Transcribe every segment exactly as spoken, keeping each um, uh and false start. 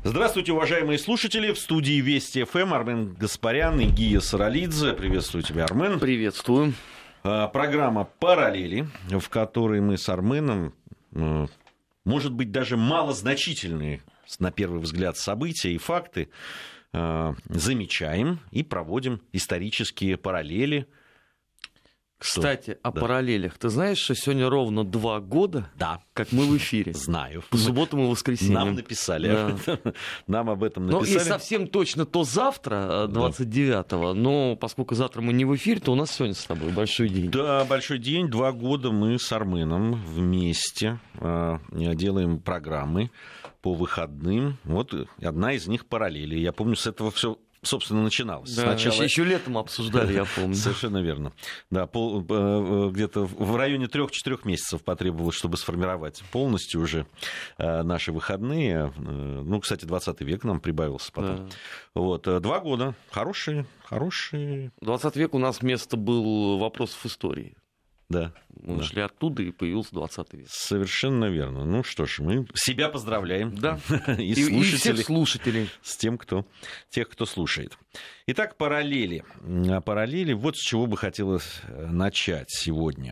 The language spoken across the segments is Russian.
Здравствуйте, уважаемые слушатели. В студии Вести ФМ Армен Гаспарян и Гия Саралидзе. Приветствую тебя, Армен. Приветствую. Программа «Параллели», в которой мы с Арменом, может быть, даже малозначительные, на первый взгляд, события и факты замечаем и проводим исторические параллели. Кстати, что? о да. параллелях. Ты знаешь, что сегодня ровно два года, да. как мы в эфире? Знаю. По субботам и воскресеньям. Нам написали. Да. Нам об этом написали. Ну и совсем точно то завтра, двадцать девятого, да. Но поскольку завтра мы не в эфире, то у нас сегодня с тобой большой день. Да, большой день. Два года мы с Арменом вместе э, делаем программы по выходным. Вот одна из них параллели. Я помню, с этого все... собственно, начиналось. Да, Сначала... еще летом обсуждали, я помню. Совершенно верно. Да, пол, где-то в районе трех-четырех месяцев потребовалось, чтобы сформировать полностью уже наши выходные. Ну, кстати, двадцатый век нам прибавился потом. Да. Вот, два года. Хорошие, хорошие. двадцатый век у нас место был вопросов истории. Да. Мы да. шли оттуда, и появился двадцатый век. Совершенно верно. Ну что ж, мы себя поздравляем. Да. И, и, и всех слушателей. С тем, кто, тех, кто слушает. Итак, параллели. Параллели. Вот с чего бы хотелось начать сегодня.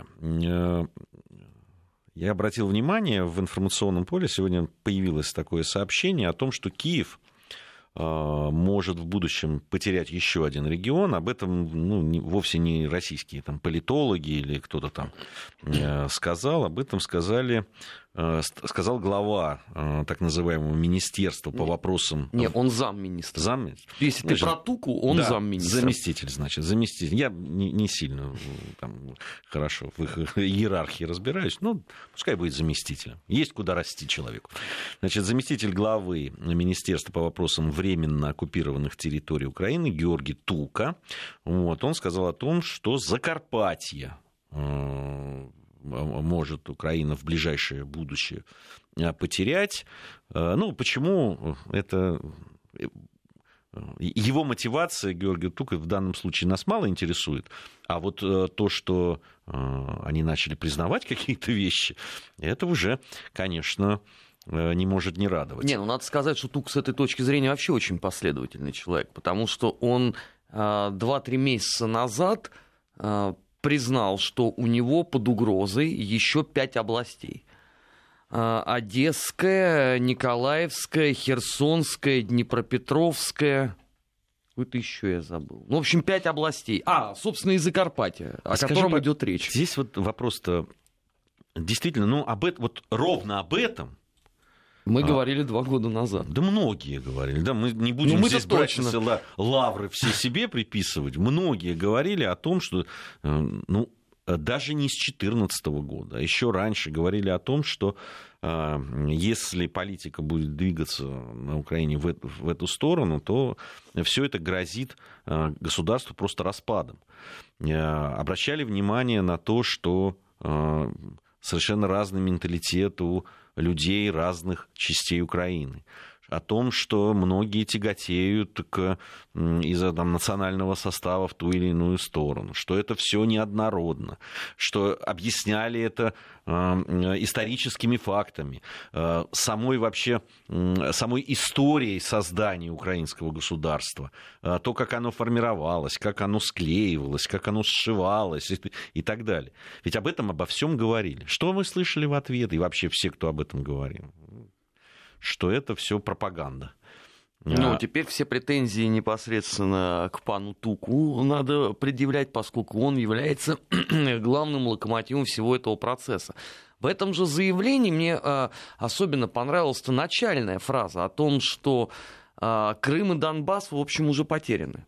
Я обратил внимание, в информационном поле сегодня появилось такое сообщение о том, что Киев может в будущем потерять еще один регион. Об этом ну, не, вовсе не российские там, политологи или кто-то там э, сказал. Об этом сказали, э, сказал глава э, так называемого министерства по вопросам... Не, он замминистра. Замминистра. Если значит, ты про Туку, он да, замминистра. Заместитель, значит, заместитель. Я не, не сильно там, хорошо в их иерархии разбираюсь, но пускай будет заместителем. Есть куда расти человеку. Значит, заместитель главы министерства по вопросам времени временно оккупированных территорий Украины Георгий Тука, вот, он сказал о том, что Закарпатье э, может Украина в ближайшее будущее потерять. Ну, почему это... Его мотивация, Георгия Тука, в данном случае нас мало интересует, а вот то, что они начали признавать какие-то вещи, это уже, конечно... не может не радовать. Не, ну надо сказать, что Тук с этой точки зрения вообще очень последовательный человек, потому что он э, два-три месяца назад э, признал, что у него под угрозой еще пять областей. Э, Одесская, Николаевская, Херсонская, Днепропетровская... Какую-то еще я забыл. Ну, в общем, пять областей. А, собственно, и Закарпатье, о Скажи, котором идет речь. Здесь вот вопрос-то действительно, ну, об этом, вот ровно об этом мы а, говорили два года назад. Да многие говорили. Да, мы не будем ну, здесь брать точно. лавры все себе приписывать. Многие говорили о том, что ну, даже не с две тысячи четырнадцатого года, а еще раньше говорили о том, что если политика будет двигаться на Украине в эту, в эту сторону, то все это грозит государству просто распадом. Обращали внимание на то, что совершенно разный менталитет у людей разных частей Украины. О том, что многие тяготеют к, из-за там, национального состава в ту или иную сторону, что это все неоднородно, что объясняли это э, историческими фактами, э, самой вообще, э, самой историей создания украинского государства, э, то, как оно формировалось, как оно склеивалось, как оно сшивалось и, и так далее. Ведь об этом, обо всем говорили. Что мы слышали в ответ, и вообще все, кто об этом говорил? Что это все пропаганда. Ну, а... теперь все претензии непосредственно к пану Туку надо предъявлять, поскольку он является главным локомотивом всего этого процесса. В этом же заявлении мне а, особенно понравилась начальная фраза о том, что а, Крым и Донбасс, в общем, уже потеряны.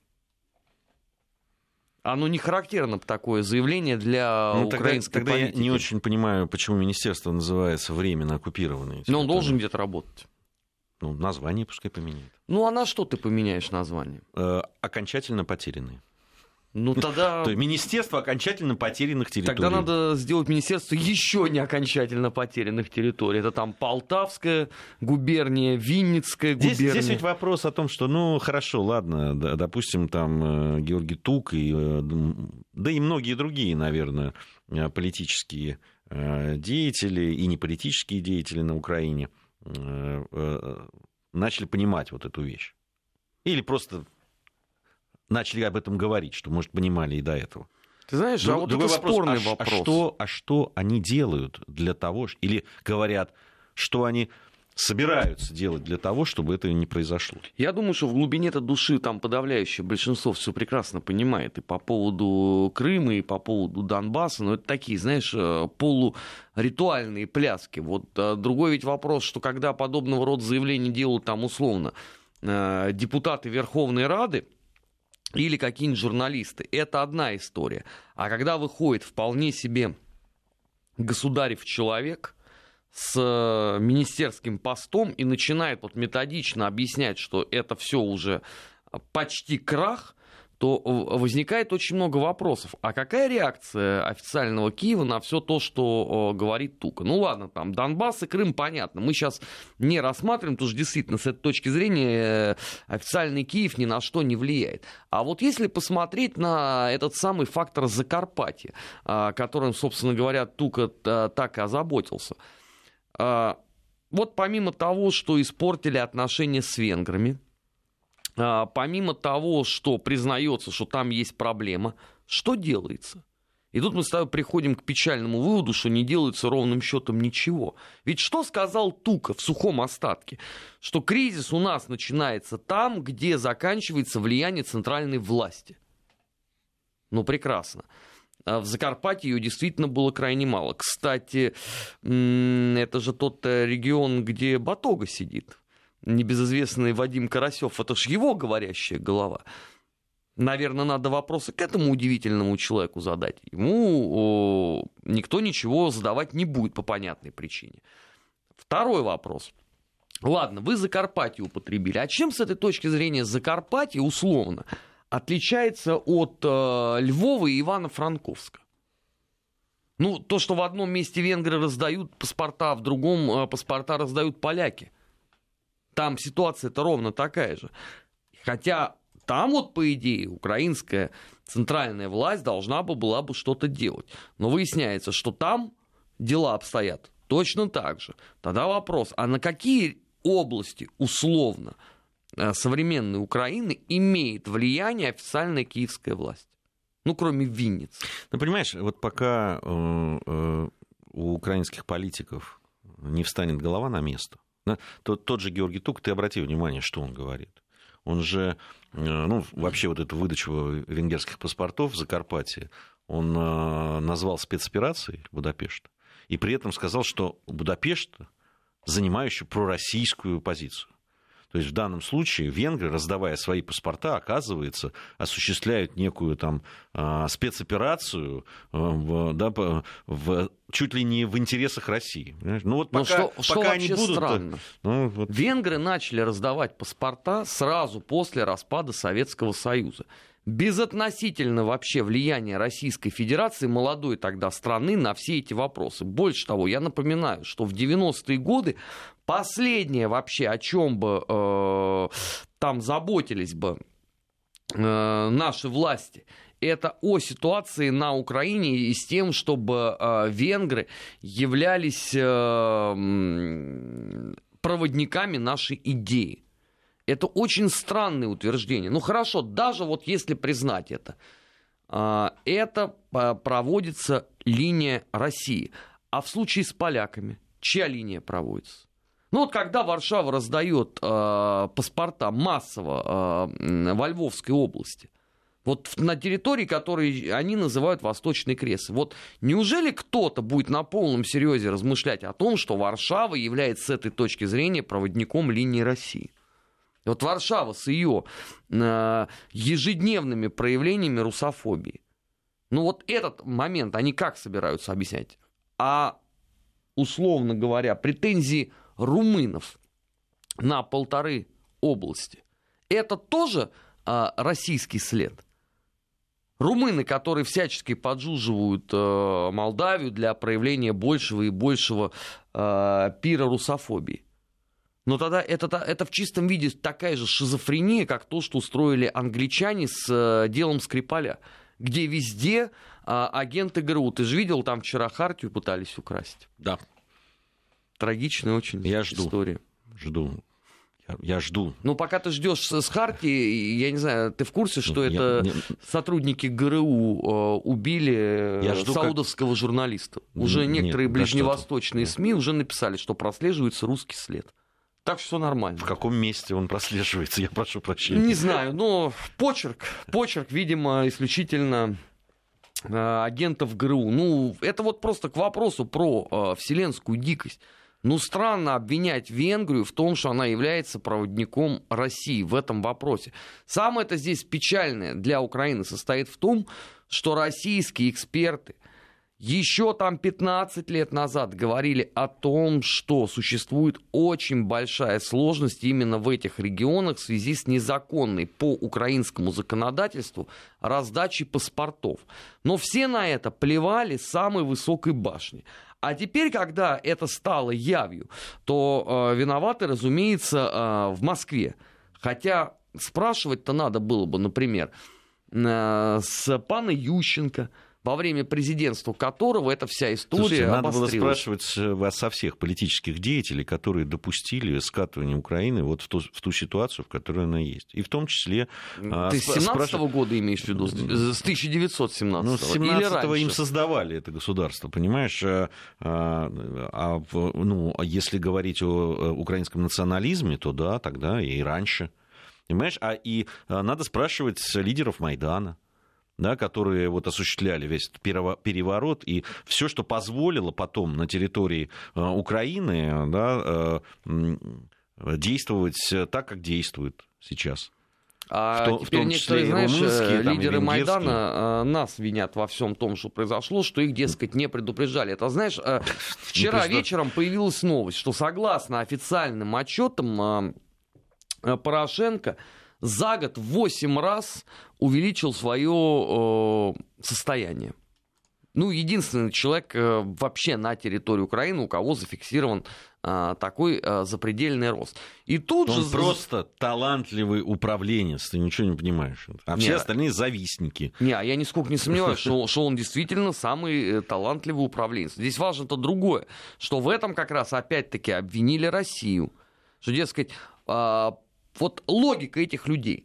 Оно не характерно такое заявление для ну, украинской тогда, политики. Тогда я не очень понимаю, почему министерство называется временно оккупированное. Но он должен где-то работать. Ну, название пускай поменяет. Ну, а на что ты поменяешь название? Э, окончательно потерянные. Ну, тогда... То есть министерство окончательно потерянных территорий. Тогда надо сделать министерство еще не окончательно потерянных территорий. Это там Полтавская губерния, Винницкая губерния. Здесь, здесь ведь вопрос о том, что, ну, хорошо, ладно, да, допустим, там Георгий Тук, и, да и многие другие, наверное, политические деятели и неполитические деятели на Украине начали понимать вот эту вещь? Или просто начали об этом говорить, что, может, понимали и до этого? Ты знаешь, Друг, а вот это вопрос, спорный а, вопрос. А что, а что они делают для того, или говорят, что они собираются делать для того, чтобы это не произошло? Я думаю, что в глубине-то души там подавляющее большинство все прекрасно понимает и по поводу Крыма, и по поводу Донбасса, но это такие, знаешь, полуритуальные пляски. Вот другой ведь вопрос, что когда подобного рода заявления делают там условно депутаты Верховной Рады, или какие-нибудь журналисты. Это одна история. А когда выходит вполне себе государев человек с министерским постом и начинает вот методично объяснять, что это все уже почти крах, то возникает очень много вопросов. А какая реакция официального Киева на все то, что говорит Тука? Ну ладно, там Донбасс и Крым, понятно. Мы сейчас не рассматриваем, потому что действительно с этой точки зрения официальный Киев ни на что не влияет. А вот если посмотреть на этот самый фактор Закарпатья, которым, собственно говоря, Тука так и озаботился. Вот помимо того, что испортили отношения с венграми, помимо того, что признается, что там есть проблема, что делается? И тут мы с тобой приходим к печальному выводу, что не делается ровным счетом ничего. Ведь что сказал Тука в сухом остатке? Что кризис у нас начинается там, где заканчивается влияние центральной власти. Ну, прекрасно. В Закарпатье ее действительно было крайне мало. Кстати, это же тот регион, где Батога сидит. Небезызвестный Вадим Карасев, это ж его говорящая голова. Наверное, надо вопросы к этому удивительному человеку задать. Ему о, никто ничего задавать не будет по понятной причине. Второй вопрос. Ладно, вы Закарпатье употребили. А чем с этой точки зрения Закарпатье условно отличается от э, Львова и Ивано-Франковска? Ну, то, что в одном месте венгры раздают паспорта, а в другом э, паспорта раздают поляки. Там ситуация-то ровно такая же. Хотя там вот, по идее, украинская центральная власть должна бы была бы что-то делать. Но выясняется, что там дела обстоят точно так же. Тогда вопрос, а на какие области условно современной Украины имеет влияние официальная киевская власть? Ну, кроме Винницы. Ну, понимаешь, вот пока э, э, у украинских политиков не встанет голова на место, Тот, тот же Георгий Тук, ты обрати внимание, что он говорит. Он же, ну, вообще вот эту выдачу венгерских паспортов в Закарпатье, он назвал спецоперацией Будапешт, и при этом сказал, что Будапешт, занимающий пророссийскую позицию. То есть в данном случае венгры, раздавая свои паспорта, оказывается, осуществляют некую там спецоперацию в, да, в, чуть ли не в интересах России. Ну вот пока, что, пока что они будут... Странно. Ну, вот... Венгры начали раздавать паспорта сразу после распада Советского Союза. Безотносительно вообще влияния Российской Федерации, молодой тогда страны, на все эти вопросы. Больше того, я напоминаю, что в девяностые годы последнее вообще, о чем бы э, там заботились бы э, наши власти, это о ситуации на Украине и с тем, чтобы э, венгры являлись э, проводниками нашей идеи. Это очень странное утверждение. Ну хорошо, даже вот если признать это, это проводится линия России. А в случае с поляками чья линия проводится? Ну вот когда Варшава раздает паспорта массово во Львовской области, вот на территории, которую они называют Восточный Крест. Вот неужели кто-то будет на полном серьезе размышлять о том, что Варшава является с этой точки зрения проводником линии России? Вот Варшава с ее э, ежедневными проявлениями русофобии. Ну вот этот момент они как собираются объяснять? А, условно говоря, претензии румынов на полторы области, это тоже э, российский след? Румыны, которые всячески поджуживают э, Молдавию для проявления большего и большего э, пира русофобии. Но тогда это, это в чистом виде такая же шизофрения, как то, что устроили англичане с э, делом Скрипаля, где везде э, агенты ГРУ. Ты же видел, там вчера Хартию пытались украсть. Да. Трагичная очень Я жду, история. Жду. Я жду. Ну, пока ты ждешь с Хартии, я не знаю, ты в курсе, что я, это не... сотрудники ГРУ э, убили я жду, саудовского как... журналиста? Уже Нет, некоторые ближневосточные да СМИ уже написали, что прослеживается русский след. Так что все нормально. В каком месте он прослеживается, я прошу прощения? Не знаю, но почерк, почерк, видимо, исключительно э, агентов ГРУ. Ну, это вот просто к вопросу про э, вселенскую дикость. Ну, странно обвинять Венгрию в том, что она является проводником России в этом вопросе. Самое это здесь печальное для Украины состоит в том, что российские эксперты еще там пятнадцать лет назад говорили о том, что существует очень большая сложность именно в этих регионах в связи с незаконной по украинскому законодательству раздачей паспортов. Но все на это плевали с самой высокой башни. А теперь, когда это стало явью, то э, виноваты, разумеется, э, в Москве. Хотя спрашивать-то надо было бы, например, э, с пана Ющенко, во время президентства которого эта вся история Слушайте, обострилась. Надо было спрашивать вас со всех политических деятелей, которые допустили скатывание Украины вот в ту, в ту ситуацию, в которой она есть. И в том числе... Ты с семнадцатого спраш... года имеешь в виду? С тысяча девятьсот семнадцатого? Ну, с семнадцатого им создавали это государство, понимаешь? А, а, ну, если говорить о украинском национализме, то да, тогда и раньше. Понимаешь? А и надо спрашивать лидеров Майдана, да, которые вот осуществляли весь этот переворот, и все, что позволило потом на территории э, Украины, да, э, действовать так, как действует сейчас. А в, теперь в том некоторые, знаешь, лидеры Майдана нас винят во всем том, что произошло, что их, дескать, не предупреждали. Это, знаешь, вчера вечером появилась новость, что согласно официальным отчетам Порошенко за год в восемь раз увеличил свое э, состояние. Ну, единственный человек э, вообще на территории Украины, у кого зафиксирован э, такой э, запредельный рост. И тут Он же... просто талантливый управленец, ты ничего не понимаешь. А все Нет. остальные завистники. Не, я нисколько не сомневаюсь, что, что он действительно самый талантливый управленец. Здесь важно-то другое, что в этом как раз опять-таки обвинили Россию. Что, дескать, э, вот логика этих людей.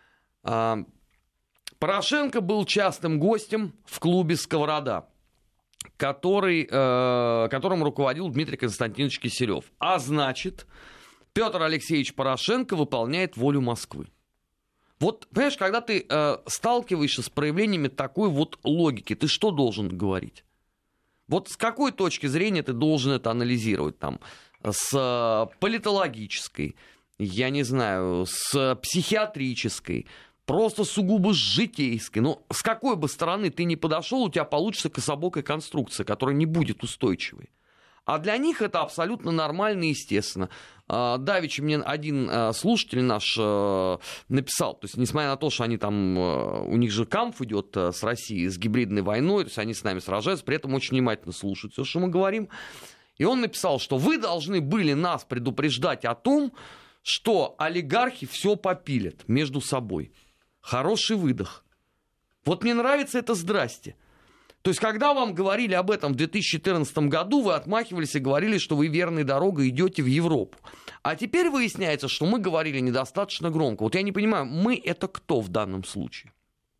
Порошенко был частым гостем в клубе «Сковорода», который, которым руководил Дмитрий Константинович Киселев. А значит, Петр Алексеевич Порошенко выполняет волю Москвы. Вот, понимаешь, когда ты сталкиваешься с проявлениями такой вот логики, ты что должен говорить? Вот с какой точки зрения ты должен это анализировать? Там, с политологической, я не знаю, с психиатрической, просто сугубо с житейской. Но с какой бы стороны ты ни подошел, у тебя получится кособокая конструкция, которая не будет устойчивой. А для них это абсолютно нормально и естественно. Давеча мне один слушатель наш написал, то есть несмотря на то, что они там, у них же камф идет с Россией, с гибридной войной, то есть они с нами сражаются, при этом очень внимательно слушают все, что мы говорим. И он написал, что вы должны были нас предупреждать о том, что олигархи все попилят между собой. Хороший выдох. Вот мне нравится это «здрасте». То есть, когда вам говорили об этом в две тысячи четырнадцатом году, вы отмахивались и говорили, что вы верной дорогой идете в Европу. А теперь выясняется, что мы говорили недостаточно громко. Вот я не понимаю, мы это кто в данном случае?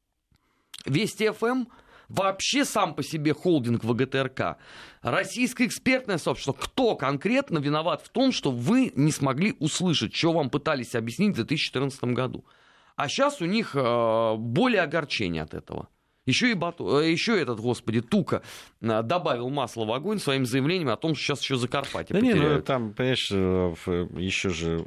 Вести ФМ? Вообще сам по себе холдинг ВГТРК. Российское экспертное сообщество. Кто конкретно виноват в том, что вы не смогли услышать, что вам пытались объяснить в две тысячи четырнадцатом году? А сейчас у них э, более огорчение от этого. Еще и Бату, еще этот, господи, Тука добавил масла в огонь своим заявлением о том, что сейчас еще Закарпатье да потеряют. Не, ну там, понимаешь, еще же...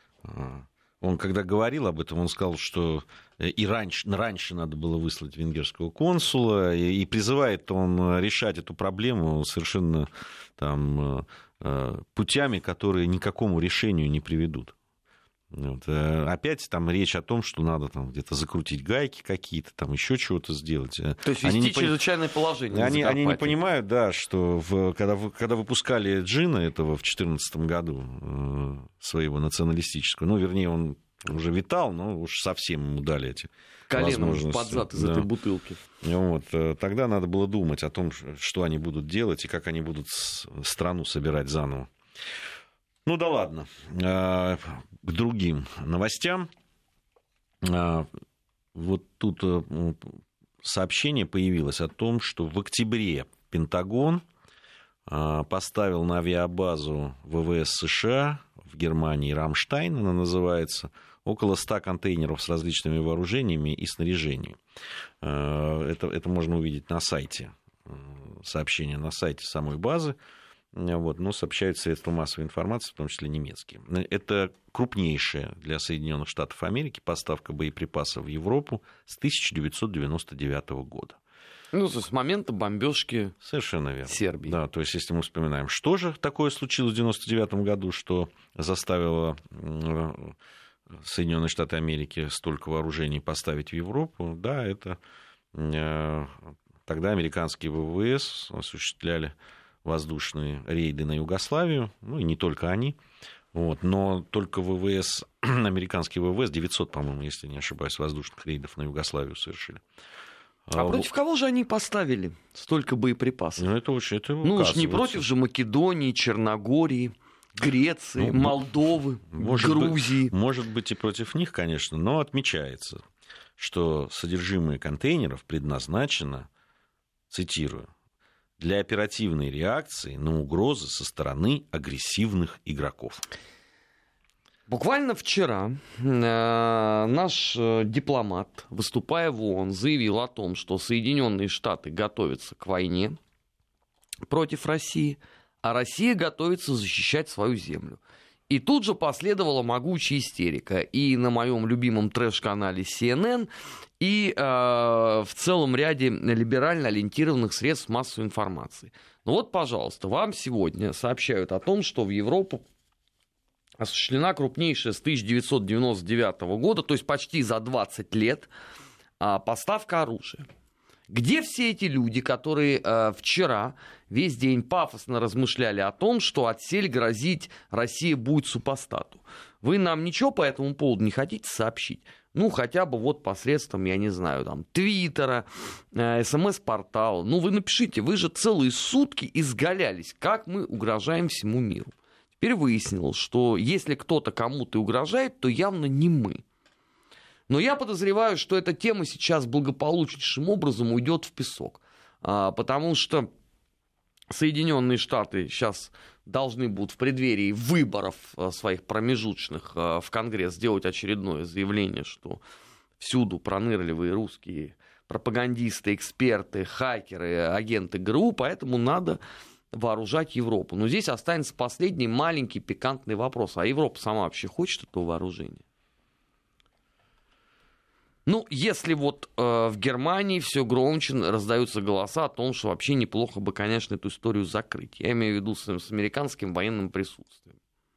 Он когда говорил об этом, он сказал, что и раньше, раньше надо было выслать венгерского консула, и, и призывает он решать эту проблему совершенно там, путями, которые ни к какому решению не приведут. Вот. Опять там речь о том, что надо там где-то закрутить гайки какие-то, там еще чего-то сделать. То есть вести чрезвычайное пон... положение. Они, они не понимают, да, что в, когда, когда выпускали Джина этого в две тысячи четырнадцатом году, э, своего националистического, ну, вернее, он уже витал, но уж совсем ему дали эти коленом под зад из да. этой бутылки. Вот. Тогда надо было думать о том, что они будут делать и как они будут страну собирать заново. Ну да ладно. К другим новостям. Вот тут сообщение появилось о том, что в октябре Пентагон поставил на авиабазу ВВС США в Германии, Рамштайн она называется, около ста контейнеров с различными вооружениями и снаряжением. Это, это можно увидеть на сайте, сообщение на сайте самой базы, вот, но сообщают средства массовой информации, в том числе немецкие. Это крупнейшая для Соединенных Штатов Америки поставка боеприпасов в Европу с тысяча девятьсот девяносто девятого года. Ну, с момента бомбежки Совершенно верно. Сербии. Да, то есть, если мы вспоминаем, что же такое случилось в девяносто девятом году, что заставило Соединенные Штаты Америки столько вооружений поставить в Европу, да, это тогда американские ВВС осуществляли воздушные рейды на Югославию, ну и не только они, вот, но только ВВС, американские ВВС, девятьсот, по-моему, если не ошибаюсь, воздушных рейдов на Югославию совершили. А, а против вот. Кого же они поставили столько боеприпасов? Ну, это очень, это ну уж не против же Македонии, Черногории, Греции, ну, Молдовы, может Грузии. Быть, может быть и против них, конечно, но отмечается, что содержимое контейнеров предназначено, цитирую, для оперативной реакции на угрозы со стороны агрессивных игроков. Буквально вчера э, наш э, дипломат, выступая в ООН, заявил о том, что Соединенные Штаты готовятся к войне против России, а Россия готовится защищать свою землю. И тут же последовала могучая истерика и на моем любимом трэш-канале си эн эн, и э, в целом ряде либерально ориентированных средств массовой информации. Ну вот, пожалуйста, вам сегодня сообщают о том, что в Европу осуществлена крупнейшая с тысяча девятьсот девяносто девятого года, то есть почти за двадцать лет, поставка оружия. Где все эти люди, которые э, вчера весь день пафосно размышляли о том, что отсель грозить России будет супостату? Вы нам ничего по этому поводу не хотите сообщить? Ну, хотя бы вот посредством, я не знаю, там, Твиттера, э, СМС-портала. Ну, вы напишите, вы же целые сутки изгалялись, как мы угрожаем всему миру. Теперь выяснилось, что если кто-то кому-то угрожает, то явно не мы. Но я подозреваю, что эта тема сейчас благополучнейшим образом уйдет в песок. Потому что Соединенные Штаты сейчас должны будут в преддверии выборов своих промежуточных в Конгресс сделать очередное заявление, что всюду пронырливые русские пропагандисты, эксперты, хакеры, агенты ГРУ, поэтому надо вооружать Европу. Но здесь останется последний маленький пикантный вопрос. А Европа сама вообще хочет этого вооружения? Ну, если вот э, в Германии все громче раздаются голоса о том, что вообще неплохо бы, конечно, эту историю закрыть. Я имею в виду с, с американским военным присутствием.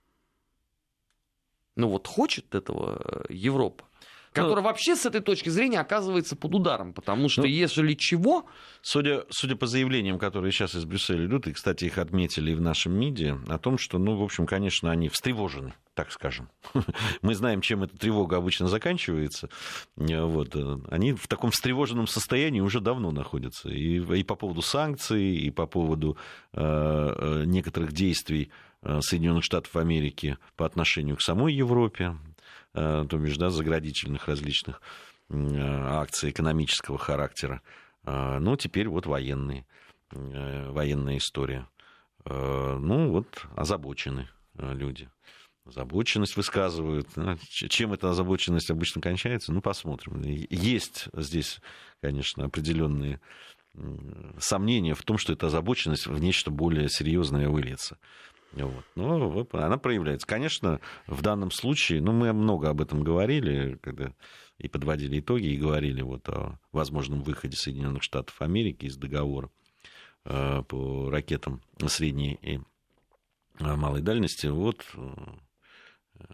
Ну вот хочет этого Европа, которая ну, вообще с этой точки зрения оказывается под ударом, потому что ну, если чего... Судя, судя по заявлениям, которые сейчас из Брюсселя идут, и, кстати, их отметили и в нашем МИДе, о том, что, ну, в общем, конечно, они встревожены, так скажем. Мы знаем, чем эта тревога обычно заканчивается. Вот. Они в таком встревоженном состоянии уже давно находятся. И, и по поводу санкций, и по поводу э, некоторых действий Соединенных Штатов Америки по отношению к самой Европе, то бишь, да, заградительных различных акций экономического характера. Ну, теперь вот военные, военная история. Ну, вот озабочены люди. Озабоченность высказывают. Чем эта озабоченность обычно кончается? Ну, посмотрим. Есть здесь, конечно, определенные сомнения в том, что эта озабоченность в нечто более серьезное выльется. Вот. Ну, она проявляется. Конечно, в данном случае, ну, мы много об этом говорили, когда и подводили итоги, и говорили вот о возможном выходе Соединенных Штатов Америки из договора э, по ракетам средней и малой дальности. Вот, э,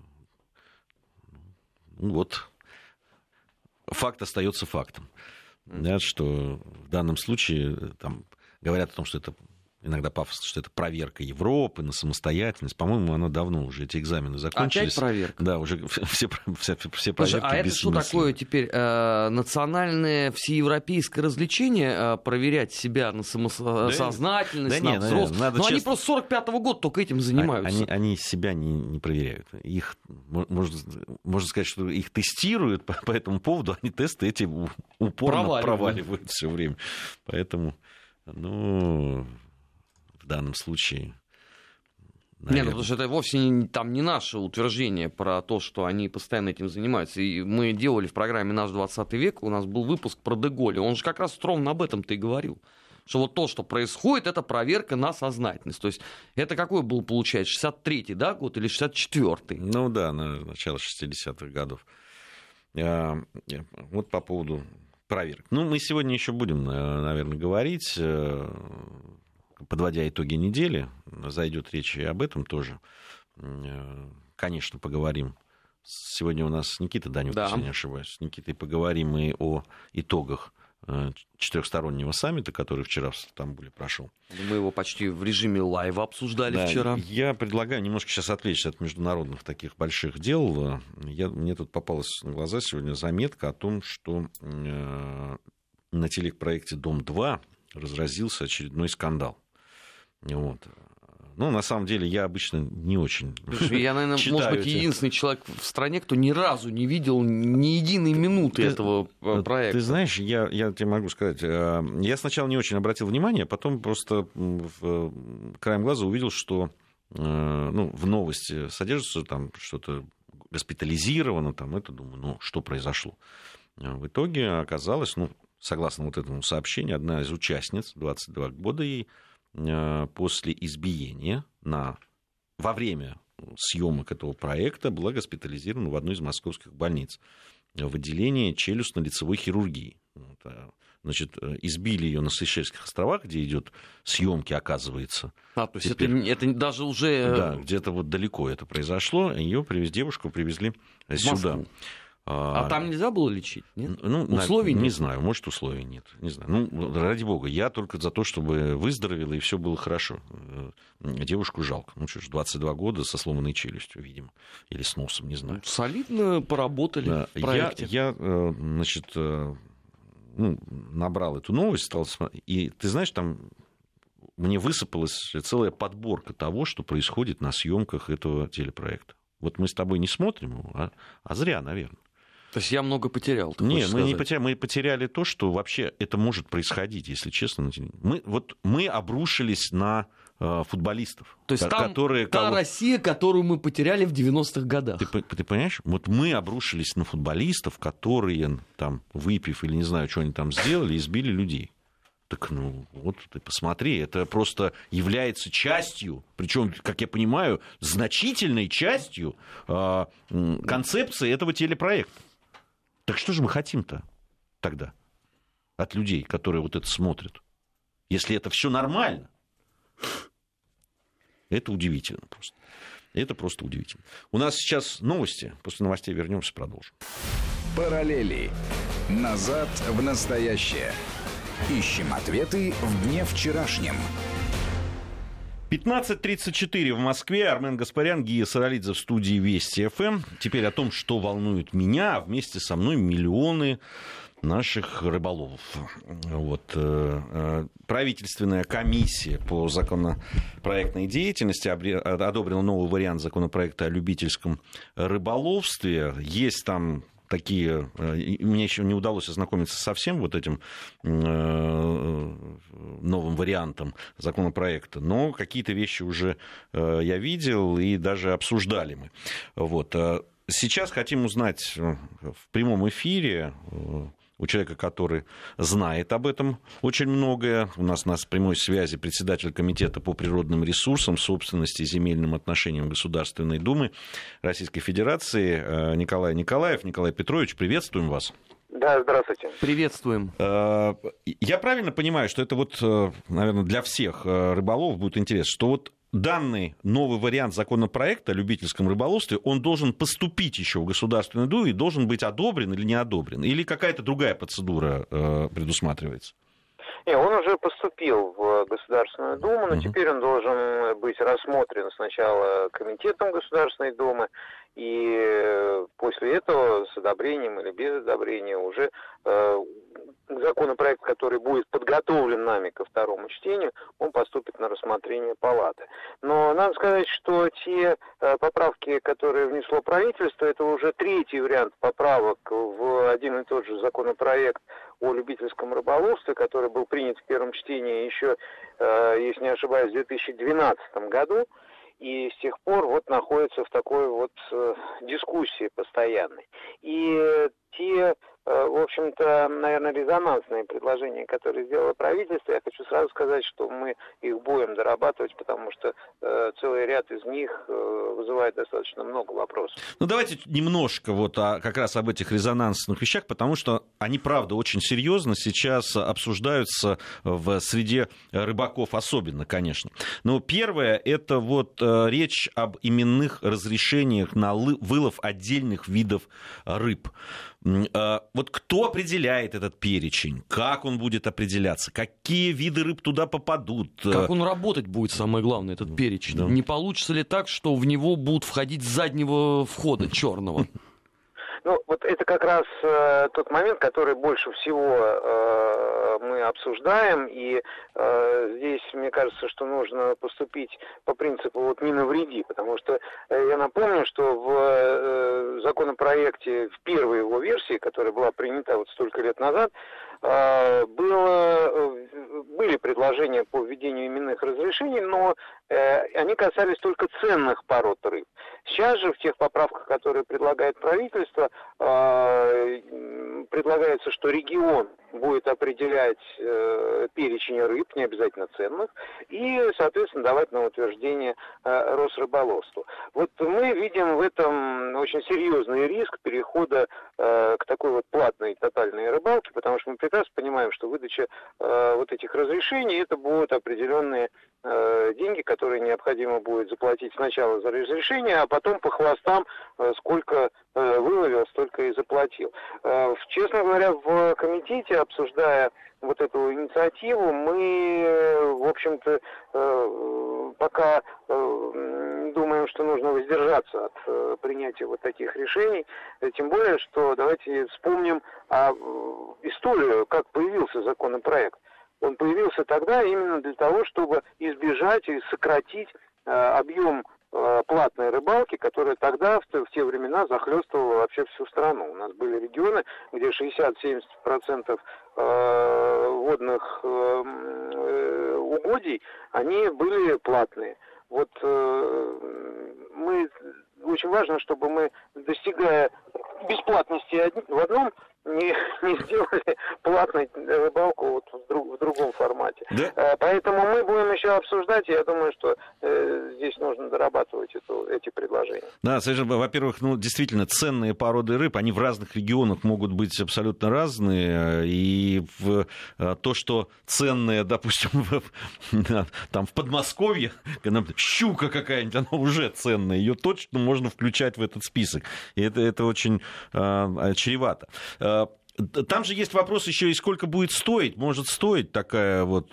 вот факт остается фактом. Да, что в данном случае там, говорят о том, что это иногда пафосно, что это проверка Европы на самостоятельность. По-моему, оно давно уже, эти экзамены закончились. Опять проверка? Да, уже все, все, все Слушай, проверки а это что такое теперь? Э, национальное всеевропейское развлечение? Э, проверять себя на самосознательность, да, на да взрослость? Но честно... они просто с сорок пятого года только этим занимаются. Они, они себя не, не проверяют. Их, можно, можно сказать, что их тестируют по, по этому поводу, они тесты эти упорно проваливают, проваливают все время. Поэтому, ну... в данном случае... Наверное... Нет, ну, потому что это вовсе не, там не наше утверждение про то, что они постоянно этим занимаются. И мы делали в программе «Наш двадцатый век», у нас был выпуск про Де-Голля. Он же как раз ровно об этом-то и говорил. Что вот то, что происходит, это проверка на сознательность. То есть это какой был, получается, шестьдесят третий, да, год или шестьдесят четвёртый? Ну да, на начало шестидесятых годов. Вот по поводу проверок. Ну, мы сегодня еще будем, наверное, говорить... Подводя итоги недели, зайдет речь и об этом тоже. Конечно, поговорим. Сегодня у нас Никита Данюк, да. Если я не ошибаюсь. С Никитой поговорим и о итогах четырехстороннего саммита, который вчера в Стамбуле прошел. Мы его почти в режиме лайва обсуждали, да, вчера. Я предлагаю немножко сейчас отвлечься от международных таких больших дел. Я, мне тут попалась на глаза сегодня заметка о том, что на телепроекте «Дом-два» разразился очередной скандал. Вот. Ну, на самом деле, я обычно не очень Я, наверное, может быть, эти... единственный человек в стране, кто ни разу не видел ни единой минуты ты, этого проекта. Ты знаешь, я, я тебе могу сказать, я сначала не очень обратил внимание, потом просто в, краем глаза увидел, что ну, в новости содержится там что-то госпитализировано, там это, думаю, ну, что произошло. В итоге оказалось, ну, согласно вот этому сообщению, одна из участниц, двадцать два года ей, после избиения на... во время съемок этого проекта была госпитализирована в одну из московских больниц в отделении челюстно-лицевой хирургии. Значит, избили ее на Сейшельских островах, где идет съемки, оказывается. А, то есть это, это даже уже... Да, где-то вот далеко это произошло. Ее привез, девушку привезли в сюда. Москву. А, а там нельзя было лечить? Нет? Ну, условий не нет? знаю, может, условий нет. Не знаю. Ну, ради бога, я только за то, чтобы выздоровела и все было хорошо. Девушку жалко. Ну, что ж, двадцать два года со сломанной челюстью, видимо. Или с носом, не знаю. Солидно поработали да. в проекте. Я, я значит, ну, набрал эту новость, стал смотреть. И ты знаешь, там мне высыпалась целая подборка того, что происходит на съемках этого телепроекта. Вот мы с тобой не смотрим его, а, а зря, наверное. То есть я много потерял, ты Нет, мы не потеряли, мы потеряли то, что вообще это может происходить, если честно. Мы, вот, мы обрушились на э, футболистов. То есть там которые, та кого... Россия, которую мы потеряли в девяностых годах. Ты, ты понимаешь? Вот мы обрушились на футболистов, которые, там, выпив или не знаю, что они там сделали, избили людей. Так, ну, вот ты посмотри, это просто является частью, причем, как я понимаю, значительной частью э, концепции этого телепроекта. Так что же мы хотим-то тогда от людей, которые вот это смотрят? Если это все нормально, это удивительно просто. Это просто удивительно. У нас сейчас новости. После новостей вернемся, продолжим. Параллели. Назад в настоящее. Ищем ответы в дне вчерашнем. пятнадцать тридцать четыре в Москве. Армен Гаспарян, Гия Саралидзе в студии Вести ФМ. Теперь о том, что волнует меня, а вместе со мной миллионы наших рыболовов. Вот. Правительственная комиссия по законопроектной деятельности одобрила новый вариант законопроекта о любительском рыболовстве. Есть там такие... Мне еще не удалось ознакомиться со всем вот этим новым вариантом законопроекта, но какие-то вещи уже я видел и даже обсуждали мы. Вот. Сейчас хотим узнать в прямом эфире у человека, который знает об этом очень многое. У нас на прямой связи председатель Комитета по природным ресурсам, собственности и земельным отношениям Государственной Думы Российской Федерации Николай Николаев. Николай Петрович, приветствуем вас. Да, здравствуйте. Приветствуем. Я правильно понимаю, что это вот, наверное, для всех рыболовов будет интересно, что вот данный новый вариант законопроекта о любительском рыболовстве, он должен поступить еще в Государственную Думу и должен быть одобрен или не одобрен? Или какая-то другая процедура э, предусматривается? Не, он уже поступил в Государственную Думу, но mm-hmm. теперь он должен быть рассмотрен сначала Комитетом Государственной Думы, и после этого с одобрением или без одобрения уже э, законопроект, который будет подготовлен нами ко второму чтению, он поступит на рассмотрение палаты. Но надо сказать, что те э, поправки, которые внесло правительство, это уже третий вариант поправок в один и тот же законопроект о любительском рыболовстве, который был принят в первом чтении еще, э, если не ошибаюсь, в две тысячи двенадцатом году. И с тех пор вот находится в такой вот э, дискуссии постоянной. И э, те, э, в общем-то, наверное, резонансные предложения, которые сделало правительство, я хочу сразу сказать, что мы их будем дорабатывать, потому что э, целый ряд из них э, вызывает достаточно много вопросов. Ну, давайте немножко вот о, как раз об этих резонансных вещах, потому что они, правда, очень серьезно сейчас обсуждаются в среде рыбаков особенно, конечно. Но первое, это вот э, речь об именных разрешениях на вылов отдельных видов рыб. Вот кто определяет этот перечень? Как он будет определяться? Какие виды рыб туда попадут? Как он работать будет, самое главное, этот перечень? Да. Не получится ли так, что в него будут входить с заднего входа черного? Ну, вот это как раз э, тот момент, который больше всего э, мы обсуждаем, и э, здесь, мне кажется, что нужно поступить по принципу вот «не навреди», потому что э, я напомню, что в э, законопроекте, в первой его версии, которая была принята вот столько лет назад, э, было, э, были предложения по введению именных разрешений, но э, они касались только ценных пород рыб. Сейчас же в тех поправках, которые предлагает правительство, предлагается, что регион будет определять э, перечень рыб, не обязательно ценных, и, соответственно, давать на утверждение э, Росрыболовству. Вот мы видим в этом очень серьезный риск перехода э, к такой вот платной тотальной рыбалке, потому что мы прекрасно понимаем, что выдача э, вот этих разрешений, это будут определенные э, деньги, которые необходимо будет заплатить сначала за разрешение, а потом по хвостам, э, сколько э, выловил, столько и заплатил. Э, честно говоря, в комитете, обсуждая вот эту инициативу, мы, в общем-то, пока думаем, что нужно воздержаться от принятия вот таких решений, тем более, что давайте вспомним историю, как появился законопроект. Он появился тогда именно для того, чтобы избежать и сократить объем платной рыбалки, которая тогда, в те времена, захлестывала вообще всю страну. У нас были регионы, где шестьдесят-семьдесят процентов водных угодий, они были платные. Вот мы, очень важно, чтобы мы, достигая бесплатности в одном, не, не сделали платной рыбалку вот в, друг, в другом формате. Да? Поэтому мы будем еще обсуждать, и я думаю, что э, здесь нужно дорабатывать эту, эти предложения. Да, совершенно. Во-первых, ну, действительно, ценные породы рыб, они в разных регионах могут быть абсолютно разные, и в, то, что ценное, допустим, в, там, в Подмосковье, щука какая-нибудь, она уже ценная, ее точно можно включать в этот список, и это, это очень э, чревато. Там же есть вопрос еще и сколько будет стоить, может стоить такая вот,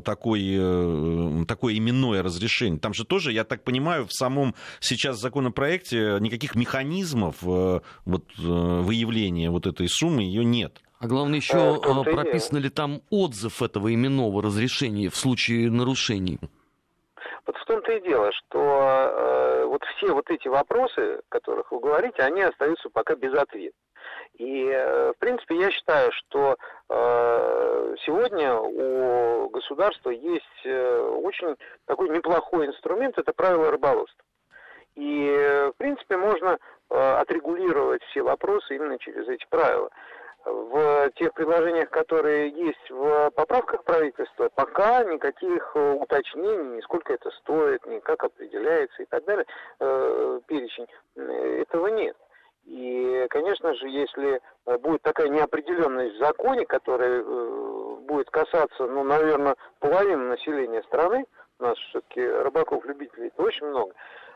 такой, такое именное разрешение. Там же тоже, я так понимаю, в самом сейчас законопроекте никаких механизмов вот, выявления вот этой суммы ее нет. А главное еще, а, прописан ли там отзыв этого именного разрешения в случае нарушений? Вот в том-то и дело, что э, вот все вот эти вопросы, о которых вы говорите, они остаются пока без ответа. И, в принципе, я считаю, что э, сегодня у государства есть э, очень такой неплохой инструмент, это правила рыболовства. И, в принципе, можно э, отрегулировать все вопросы именно через эти правила. В тех предложениях, которые есть в поправках правительства, пока никаких уточнений, ни сколько это стоит, ни как определяется и так далее, э, перечень, этого нет. И, конечно же, если будет такая неопределенность в законе, которая э, будет касаться, ну, наверное, половины населения страны, у нас все-таки рыбаков-любителей очень много,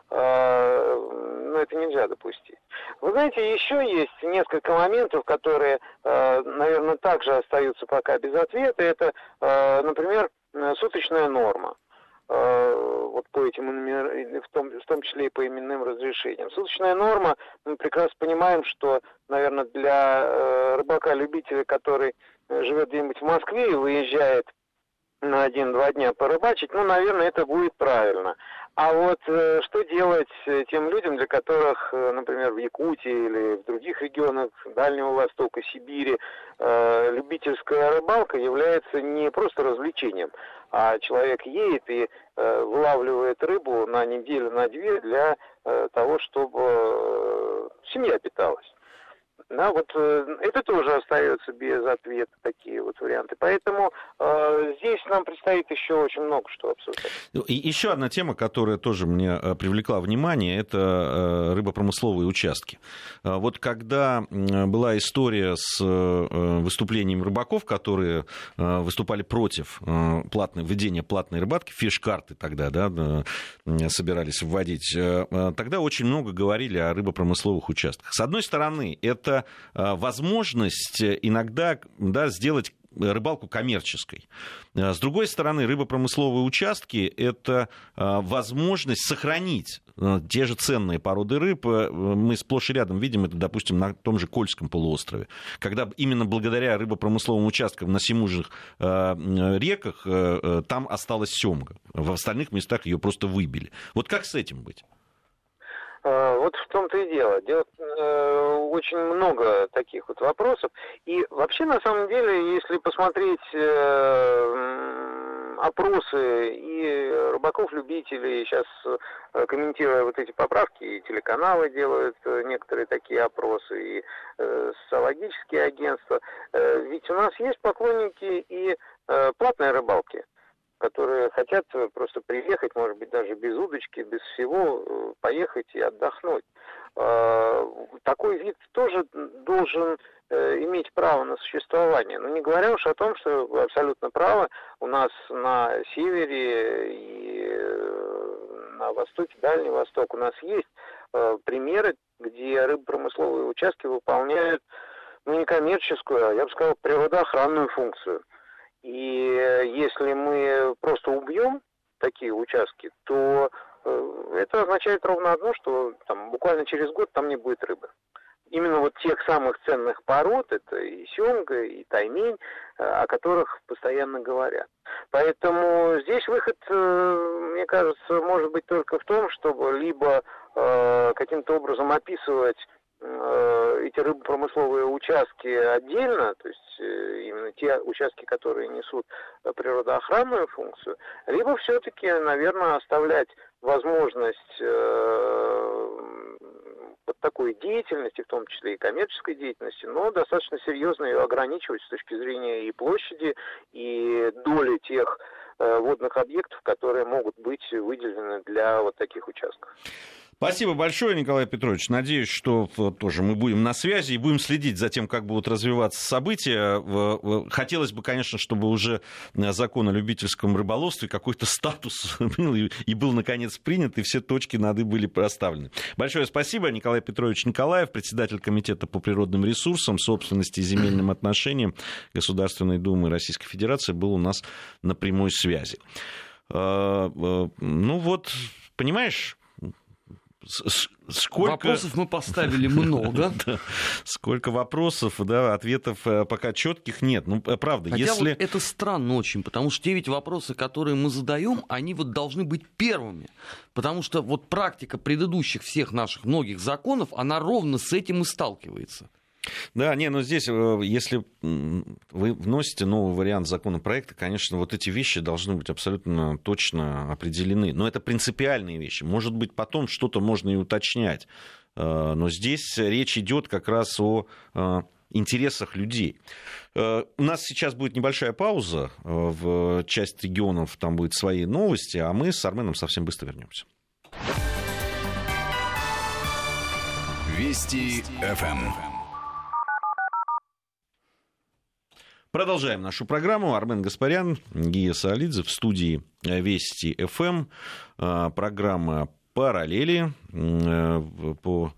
ну, это нельзя допустить. Вы знаете, еще есть несколько моментов, которые, наверное, также остаются пока без ответа. Это, например, суточная норма. Вот по этим, в том, в том числе и по именным разрешениям. Суточная норма, мы прекрасно понимаем, что, наверное, для рыбака-любителя, который живет где-нибудь в Москве и выезжает на один-два дня порыбачить, ну, наверное, это будет правильно. А вот э, что делать тем людям, для которых, э, например, в Якутии или в других регионах Дальнего Востока, Сибири, э, любительская рыбалка является не просто развлечением, а человек едет и э, вылавливает рыбу на неделю, на две для э, того, чтобы э, семья питалась. Да, вот э, это тоже остается без ответа, такие вот варианты. Поэтому э, здесь нам предстоит еще очень много что обсуждать. И еще одна тема, которая тоже мне привлекла внимание, это рыбопромысловые участки. Вот когда была история с выступлением рыбаков, которые выступали против платной, введения платной рыбалки, фиш-карты тогда, да, собирались вводить, тогда очень много говорили о рыбопромысловых участках. С одной стороны, это возможность иногда, да, сделать рыбалку коммерческой. С другой стороны, рыбопромысловые участки – это возможность сохранить те же ценные породы рыб. Мы сплошь и рядом видим это, допустим, на том же Кольском полуострове, когда именно благодаря рыбопромысловым участкам на Семужных реках там осталась семга. В остальных местах ее просто выбили. Вот как с этим быть? Вот в том-то и дело. Дело э, очень много таких вот вопросов. И вообще, на самом деле, если посмотреть э, опросы и рыбаков-любителей, сейчас э, комментируя вот эти поправки, и телеканалы делают э, некоторые такие опросы, и э, социологические агентства, э, ведь у нас есть поклонники и э, платной рыбалки, которые хотят просто приехать, может быть, даже без удочки, без всего, поехать и отдохнуть. Такой вид тоже должен иметь право на существование. Но не говоря уж о том, что вы абсолютно правы, у нас на севере и на востоке, Дальний Восток, у нас есть примеры, где рыбопромысловые участки выполняют, ну, не коммерческую, а, я бы сказал, природоохранную функцию. И если мы просто убьем такие участки, то это означает ровно одно, что там, буквально через год там не будет рыбы. Именно вот тех самых ценных пород, это и сёмга, и таймень, о которых постоянно говорят. Поэтому здесь выход, мне кажется, может быть только в том, чтобы либо каким-то образом описывать эти рыбопромысловые участки отдельно, то есть именно те участки, которые несут природоохранную функцию, либо все-таки, наверное, оставлять возможность э, вот такой деятельности, в том числе и коммерческой деятельности, но достаточно серьезно ее ограничивать с точки зрения и площади, и доли тех э, водных объектов, которые могут быть выделены для вот таких участков. Спасибо большое, Николай Петрович. Надеюсь, что тоже мы будем на связи и будем следить за тем, как будут развиваться события. Хотелось бы, конечно, чтобы уже закон о любительском рыболовстве какой-то статус и был, наконец, принят, и все точки над «и» были проставлены. Большое спасибо. Николай Петрович Николаев, председатель Комитета по природным ресурсам, собственности и земельным отношениям Государственной Думы Российской Федерации, был у нас на прямой связи. Ну вот, понимаешь... Сколько... Вопросов мы поставили много. Да. Сколько вопросов, да, ответов пока четких нет. Ну, правда, Хотя если... вот это странно очень, потому что те ведь вопросы, которые мы задаем, они вот должны быть первыми. Потому что вот практика предыдущих всех наших многих законов, она ровно с этим и сталкивается. Да, не, но здесь, если вы вносите новый вариант законопроекта, конечно, вот эти вещи должны быть абсолютно точно определены. Но это принципиальные вещи. Может быть, потом что-то можно и уточнять. Но здесь речь идет как раз о интересах людей. У нас сейчас будет небольшая пауза. В части регионов там будут свои новости, а мы с Арменом совсем быстро вернемся. Вести эф эм. Продолжаем нашу программу. Армен Гаспарян, Гия Саалидзе в студии Вести эф эм. Программа параллели по...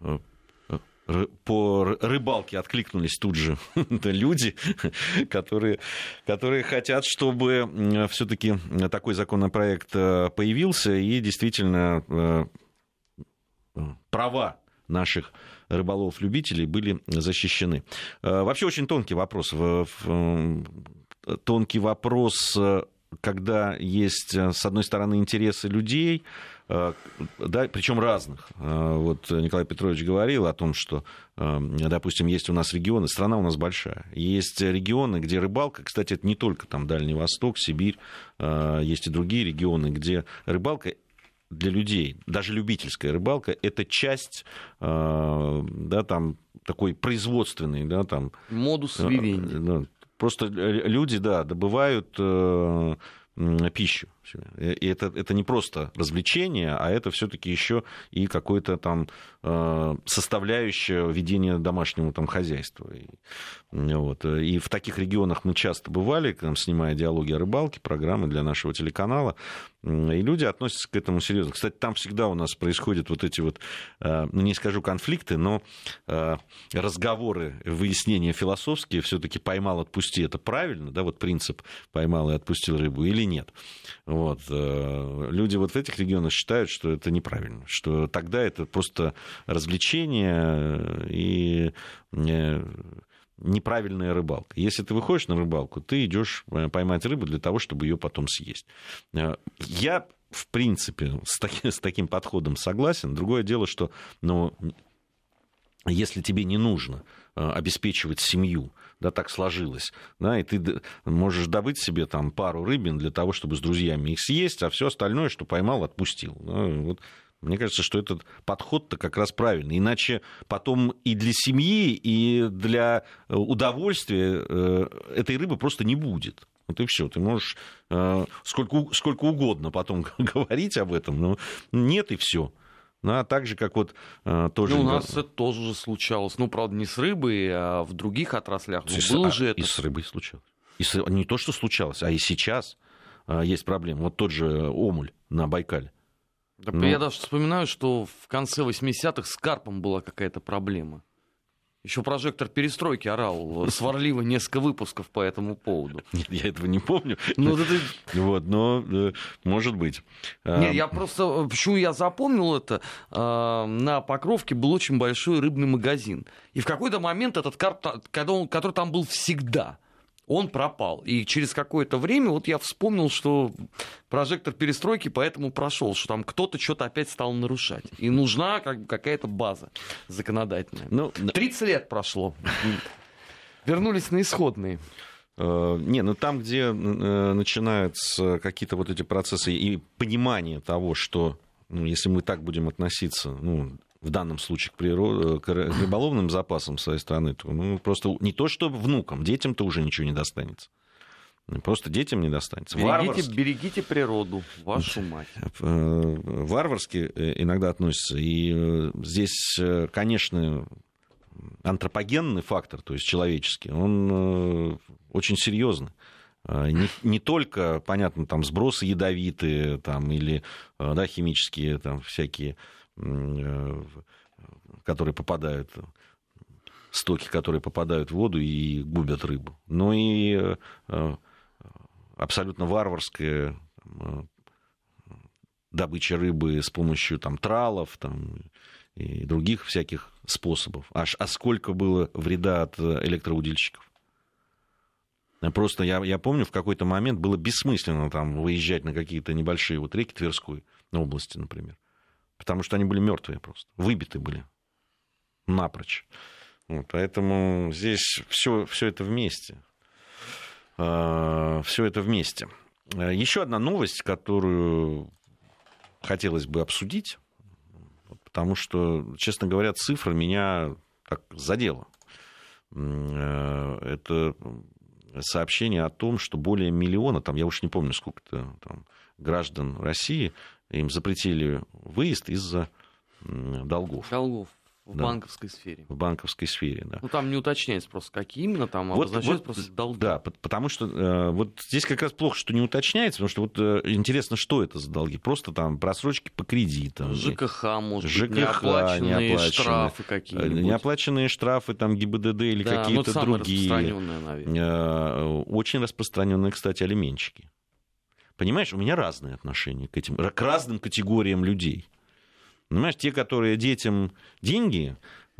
По рыбалке откликнулись тут же люди, которые, которые хотят, чтобы все-таки такой законопроект появился, и действительно права наших рыболов-любителей были защищены. Вообще очень тонкий вопрос. Тонкий вопрос, когда есть, с одной стороны, интересы людей, да, причем разных. Вот Николай Петрович говорил о том, что, допустим, есть у нас регионы, страна у нас большая, есть регионы, где рыбалка, кстати, это не только там Дальний Восток, Сибирь, есть и другие регионы, где рыбалка для людей, даже любительская рыбалка, это часть, да, там, такой производственный, да, там... Модус вивенди. Просто люди, да, добывают пищу. И это, это не просто развлечение, а это все-таки еще и какое-то там составляющее ведения домашнего там хозяйства. И, вот. И в таких регионах мы часто бывали, там, снимая диалоги о рыбалке, программы для нашего телеканала, и люди относятся к этому серьезно. Кстати, там всегда у нас происходят вот эти вот, ну, не скажу конфликты, но разговоры, выяснения философские, все-таки поймал, отпусти, это правильно, да, вот принцип поймал и отпустил рыбу или нет. Вот. Люди вот в этих регионах считают, что это неправильно, что тогда это просто развлечение и неправильная рыбалка. Если ты выходишь на рыбалку, ты идешь поймать рыбу для того, чтобы ее потом съесть. Я, в принципе, с таким, с таким подходом согласен. Другое дело, что, ну, если тебе не нужно обеспечивать семью, да, так сложилось, да, и ты можешь добыть себе там пару рыбин для того, чтобы с друзьями их съесть, а все остальное, что поймал, отпустил. Да, вот. Мне кажется, что этот подход-то как раз правильный. Иначе потом и для семьи, и для удовольствия этой рыбы просто не будет. Вот и все. Ты можешь сколько, сколько угодно потом говорить об этом, но нет, и все. Ну, а так же, как вот а, тоже... Ну, у нас это тоже же случалось. Ну, правда, не с рыбой, а в других отраслях. Ну, с, было а, же это... И с рыбой случалось. И с... Не то, что случалось, а и сейчас а, есть проблема. Вот тот же омуль на Байкале. Да, ну... Я даже вспоминаю, что в конце восьмидесятых с карпом была какая-то проблема. Еще прожектор перестройки орал сварливо несколько выпусков по этому поводу. Нет, я этого не помню. Ну, это... Вот, но может быть. Нет, я просто... Почему я запомнил это? На Покровке был очень большой рыбный магазин. И в какой-то момент этот карп, который там был всегда, он пропал. И через какое-то время вот я вспомнил, что прожектор перестройки поэтому прошел, что там кто-то что-то опять стал нарушать. И нужна как бы какая-то база законодательная. Ну, тридцать лет прошло. Вернулись на исходные. Не, ну там, где начинаются какие-то вот эти процессы и понимание того, что, ну, если мы так будем относиться, ну, в данном случае к, природ... к рыболовным запасам своей страны, то, ну, просто не то, что внукам, детям-то уже ничего не достанется. Просто детям не достанется. Берегите, берегите природу, вашу мать. Варварски иногда относятся. И здесь, конечно, антропогенный фактор, то есть человеческий, он очень серьезный. Не, не только, понятно, там сбросы ядовитые там, или, да, химические там, всякие, которые попадают, стоки, которые попадают в воду и губят рыбу, но и абсолютно варварская добыча рыбы с помощью там, тралов там, и других всяких способов. Аж, а сколько было вреда от электроудильщиков. Просто я, я помню, в какой-то момент было бессмысленно там, выезжать на какие-то небольшие вот реки Тверской области, например. Потому что они были мертвые просто, выбиты были напрочь. Вот, поэтому здесь все, все это вместе. Все это вместе. Еще одна новость, которую хотелось бы обсудить, потому что, честно говоря, цифра меня так задела. Это сообщение о том, что более миллиона, там, я уж не помню, сколько-то там, граждан России, им запретили выезд из-за долгов. Долгов. В да. банковской сфере. В банковской сфере, да. Ну, там не уточняется просто, какие именно, там вот, обозначаются вот, просто долги. Да, потому что э, вот здесь как раз плохо, что не уточняется, потому что вот э, интересно, что это за долги. Просто там просрочки по кредитам. ЖКХ, может ЖКХ, быть, неоплаченные, неоплаченные штрафы какие-нибудь. Неоплаченные штрафы, там ГИБДД или да, какие-то ну, другие. Распространенные, наверное. Очень распространенные, кстати, алименщики. Понимаешь, у меня разные отношения к этим, к разным категориям людей. Понимаешь, те, которые детям деньги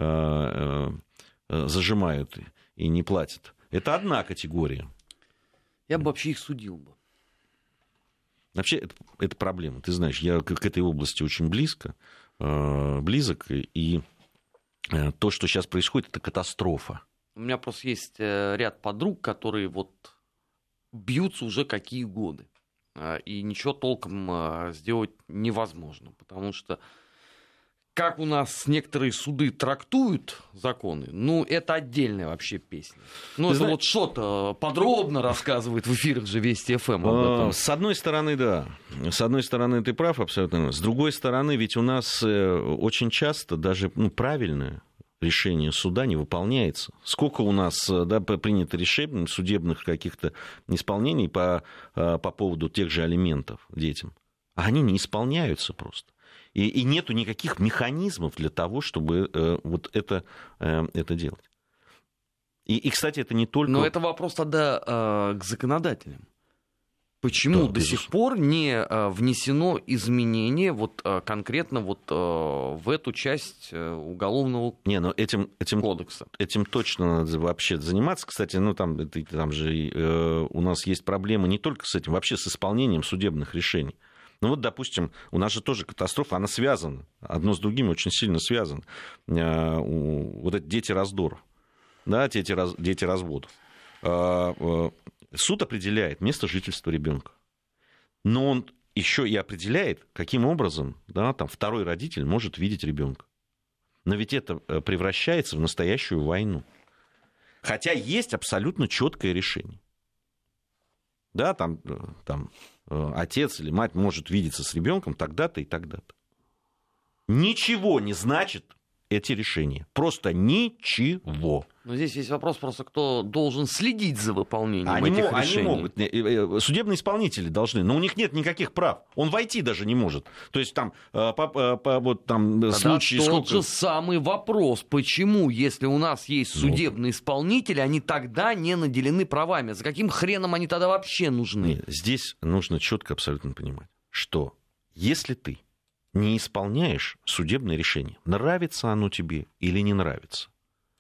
э, э, зажимают и не платят, это одна категория. Я бы вообще их судил бы. Вообще, это, это проблема. Ты знаешь, я к, к этой области очень близко, э, близок, и э, то, что сейчас происходит, это катастрофа. У меня просто есть ряд подруг, которые вот бьются уже какие годы. И ничего толком сделать невозможно, потому что как у нас некоторые суды трактуют законы, ну, это отдельная вообще песня. Ну, это знаешь... вот что-то подробно рассказывает в эфирах же Вести эф эм об этом. С одной стороны, да. С одной стороны, ты прав абсолютно. С другой стороны, ведь у нас очень часто даже ну, правильное решение суда не выполняется. Сколько у нас да, принято решений, судебных каких-то исполнений по, по поводу тех же алиментов детям. А они не исполняются просто. И, и нету никаких механизмов для того, чтобы э, вот это, э, это делать. И, и, кстати, это не только... Но это вопрос тогда э, к законодателям. Почему да, до сих пор не э, внесено изменение вот, э, конкретно вот, э, в эту часть э, уголовного не, но этим, этим, кодекса? Этим точно надо вообще заниматься. Кстати, ну, там, это, там же э, у нас есть проблемы не только с этим, вообще с исполнением судебных решений. Ну вот, допустим, у нас же тоже катастрофа, она связана, одно с другим очень сильно связано. Э, вот эти дети раздоров, да, дети, раз, дети разводов. Э, э, Суд определяет место жительства ребенка, но он еще и определяет, каким образом да, там, второй родитель может видеть ребенка. Но ведь это превращается в настоящую войну. Хотя есть абсолютно четкое решение. Да, там, там отец или мать может видеться с ребенком тогда-то и тогда-то. Ничего не значит эти решения. Просто ничего. Но здесь есть вопрос просто, кто должен следить за выполнением они этих мо- решений. Они могут. Судебные исполнители должны, но у них нет никаких прав. Он войти даже не может. То есть там, по, по, вот, там Тогда случаи... тот сколько... же самый вопрос. Почему, если у нас есть судебные исполнители, они тогда не наделены правами? За каким хреном они тогда вообще нужны? Нет, здесь нужно четко абсолютно понимать, что если ты не исполняешь судебное решение, нравится оно тебе или не нравится,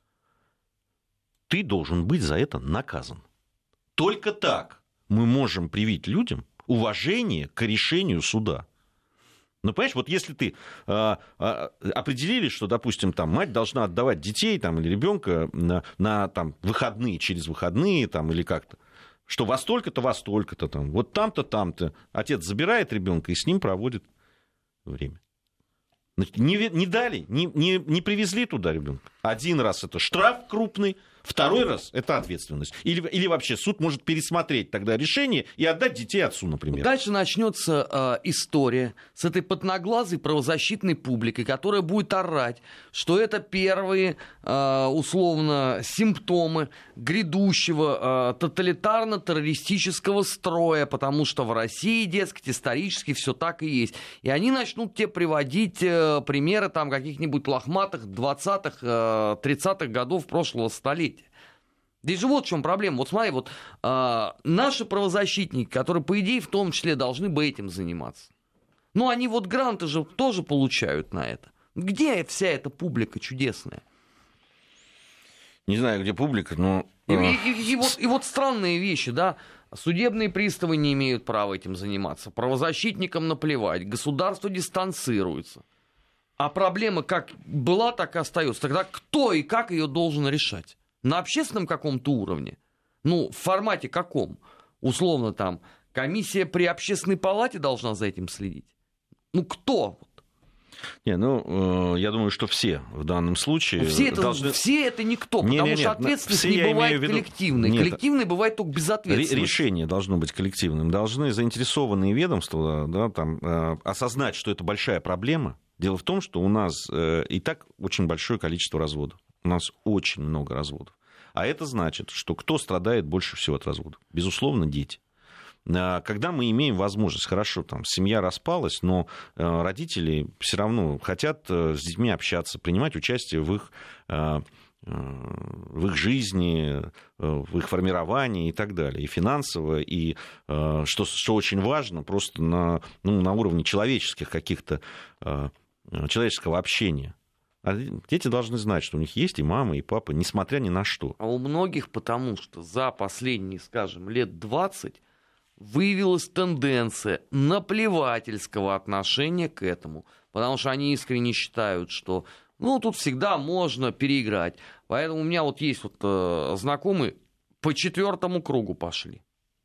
ты должен быть за это наказан. Только так мы можем привить людям уважение к решению суда. Ну, понимаешь, вот если ты а, а, определили, что, допустим, там, мать должна отдавать детей там, или ребенка на, на там, выходные, через выходные там, или как-то, что во столько-то, во столько-то, там, вот там-то, там-то отец забирает ребенка и с ним проводит время. Не, не дали, не, не, не привезли туда ребенка. Один раз это штраф крупный, второй раз это ответственность. Или, или вообще суд может пересмотреть тогда решение и отдать детей отцу, например. Дальше начнется э, история с этой подноглазой правозащитной публикой, которая будет орать, что это первые э, условно симптомы грядущего э, тоталитарно-террористического строя, потому что в России, дескать, исторически все так и есть. И они начнут тебе приводить э, примеры там каких-нибудь лохматых двадцатых, тридцатых годов прошлого столетия. Здесь же вот в чем проблема. Вот смотри, вот э, наши правозащитники, которые, по идее, в том числе должны бы этим заниматься. Ну, они вот гранты же тоже получают на это. Где вся эта публика чудесная? Не знаю, где публика, но... И, и, и, и, вот, и вот странные вещи, да. Судебные приставы не имеют права этим заниматься. Правозащитникам наплевать. Государство дистанцируется. А проблема как была, так и остается. Тогда кто и как ее должен решать? На общественном каком-то уровне? Ну, в формате каком? Условно там, комиссия при общественной палате должна за этим следить? Ну, кто? Не, ну, э, я думаю, что все в данном случае... Ну, все, это, должны... все это никто, не, потому не, что нет, ответственность все не бывает виду... коллективной. Нет, коллективной бывает только безответственность. Решение должно быть коллективным. Должны заинтересованные ведомства да, там, э, осознать, что это большая проблема, Дело в том, что у нас э, и так очень большое количество разводов. У нас очень много разводов. А это значит, что кто страдает больше всего от разводов? Безусловно, дети. Когда мы имеем возможность, хорошо, там, семья распалась, но родители все равно хотят с детьми общаться, принимать участие в их, в их жизни, в их формировании и так далее, и финансово, и, что, что очень важно, просто на, ну, на уровне человеческих каких-то, человеческого общения. А дети должны знать, что у них есть и мама, и папа, несмотря ни на что. А у многих потому, что за последние, скажем, лет двадцать выявилась тенденция наплевательского отношения к этому, потому что они искренне считают, что ну, тут всегда можно переиграть. Поэтому у меня вот есть вот э, знакомые, по четвертому кругу пошли.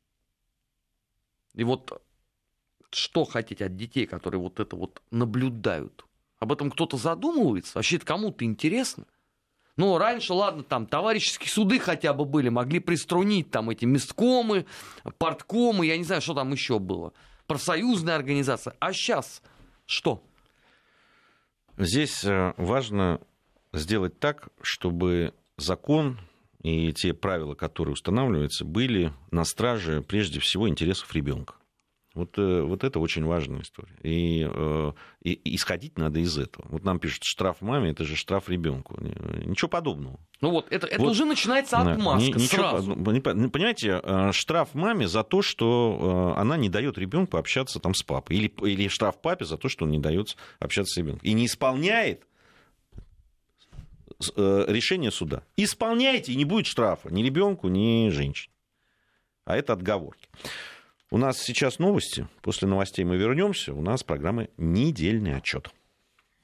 И вот что хотеть от детей, которые вот это вот наблюдают? Об этом кто-то задумывается? Вообще это кому-то интересно? Ну, раньше, ладно, там товарищеские суды хотя бы были, могли приструнить там эти месткомы, парткомы, я не знаю, что там еще было, профсоюзная организация. А сейчас что? Здесь важно сделать так, чтобы закон и те правила, которые устанавливаются, были на страже прежде всего интересов ребенка. Вот, вот это очень важная история. И, и исходить надо из этого. Вот нам пишут, штраф маме, это же штраф ребенку. Ничего подобного. Ну вот, это, это вот, уже начинается отмазка ничего, сразу. Понимаете, штраф маме за то, что она не дает ребенку общаться там с папой. Или, или штраф папе за то, что он не дает общаться с ребенком. И не исполняет решение суда. Исполняйте, и не будет штрафа ни ребенку, ни женщине. А это отговорки. У нас сейчас новости. После новостей мы вернемся. У нас программа «Недельный отчет».